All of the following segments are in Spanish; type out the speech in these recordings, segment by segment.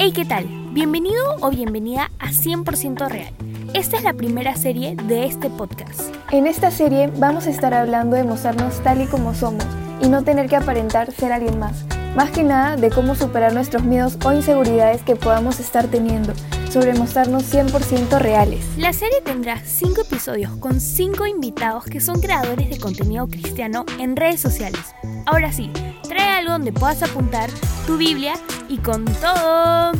Hey, ¿qué tal? Bienvenido o bienvenida a 100% Real. Esta es la primera serie de este podcast. En esta serie vamos a estar hablando de mostrarnos tal y como somos y no tener que aparentar ser alguien más. Más que nada de cómo superar nuestros miedos o inseguridades que podamos estar teniendo, sobre mostrarnos 100% reales. La serie tendrá 5 episodios con 5 invitados que son creadores de contenido cristiano en redes sociales. Ahora sí, trae algo donde puedas apuntar tu Biblia y con todo.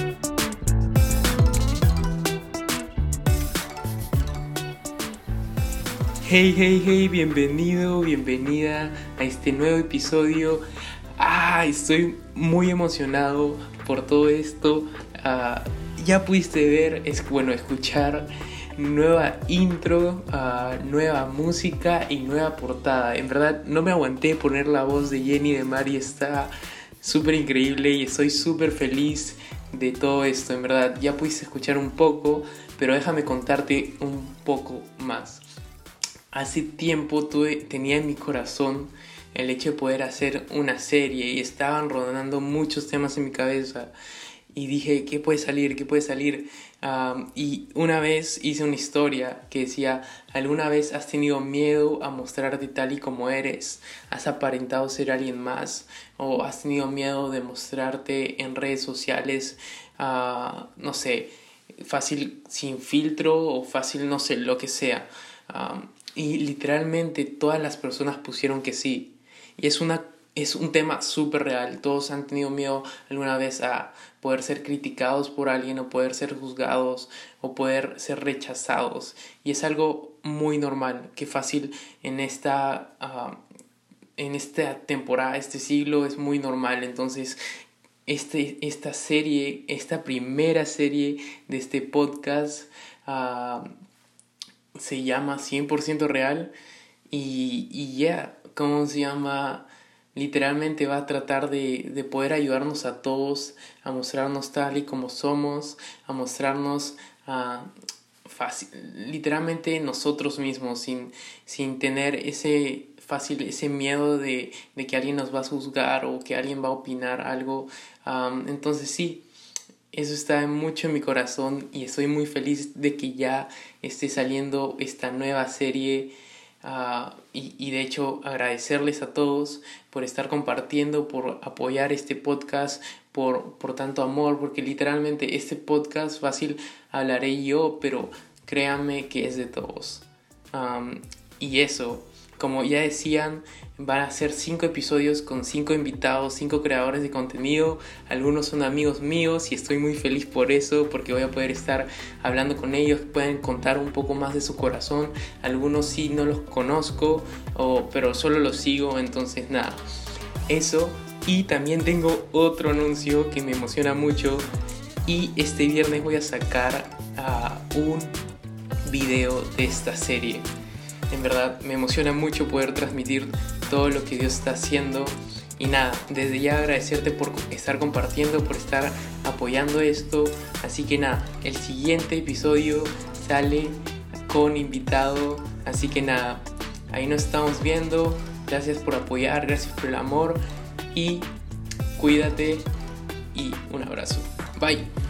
Hey, bienvenido, bienvenida a este nuevo episodio. Estoy muy emocionado por todo esto. Ya pudiste ver, escuchar nueva intro, nueva música y nueva portada. En verdad no me aguanté poner la voz de Jenny de Mari, está súper increíble y estoy súper feliz de todo esto. En verdad ya pudiste escuchar un poco, pero déjame contarte un poco más. Hace tiempo tenía en mi corazón el hecho de poder hacer una serie y estaban rodando muchos temas en mi cabeza y dije, ¿qué puede salir? Y una vez hice una historia que decía, ¿alguna vez has tenido miedo a mostrarte tal y como eres? ¿Has aparentado ser alguien más? ¿O has tenido miedo de mostrarte en redes sociales, fácil sin filtro o fácil, lo que sea? Y literalmente todas las personas pusieron que sí. Y es un tema súper real. Todos han tenido miedo alguna vez a poder ser criticados por alguien, o poder ser juzgados, o poder ser rechazados. Y es algo muy normal, que fácil en esta temporada, este siglo, es muy normal. Entonces, esta primera serie de este podcast se llama 100% Real. ¿Cómo se llama? Literalmente va a tratar de poder ayudarnos a todos a mostrarnos tal y como somos, a mostrarnos literalmente nosotros mismos, sin tener ese miedo de que alguien nos va a juzgar o que alguien va a opinar algo. Entonces sí, eso está mucho en mi corazón y estoy muy feliz de que ya esté saliendo esta nueva serie. Y de hecho agradecerles a todos por estar compartiendo, por apoyar este podcast, por tanto amor, porque literalmente este podcast fácil hablaré yo, pero créanme que es de todos. Y eso, como ya decían, van a ser 5 episodios con 5 invitados, 5 creadores de contenido. Algunos son amigos míos y estoy muy feliz por eso, porque voy a poder estar hablando con ellos, pueden contar un poco más de su corazón. Algunos sí no los conozco, pero solo los sigo, entonces nada, eso. Y también tengo otro anuncio que me emociona mucho, y este viernes voy a sacar un video de esta serie. En verdad me emociona mucho poder transmitir todo lo que Dios está haciendo. Y nada, desde ya agradecerte por estar compartiendo, por estar apoyando esto. Así que nada, el siguiente episodio sale con invitado. Así que nada, ahí nos estamos viendo. Gracias por apoyar, gracias por el amor. Y cuídate y un abrazo. Bye.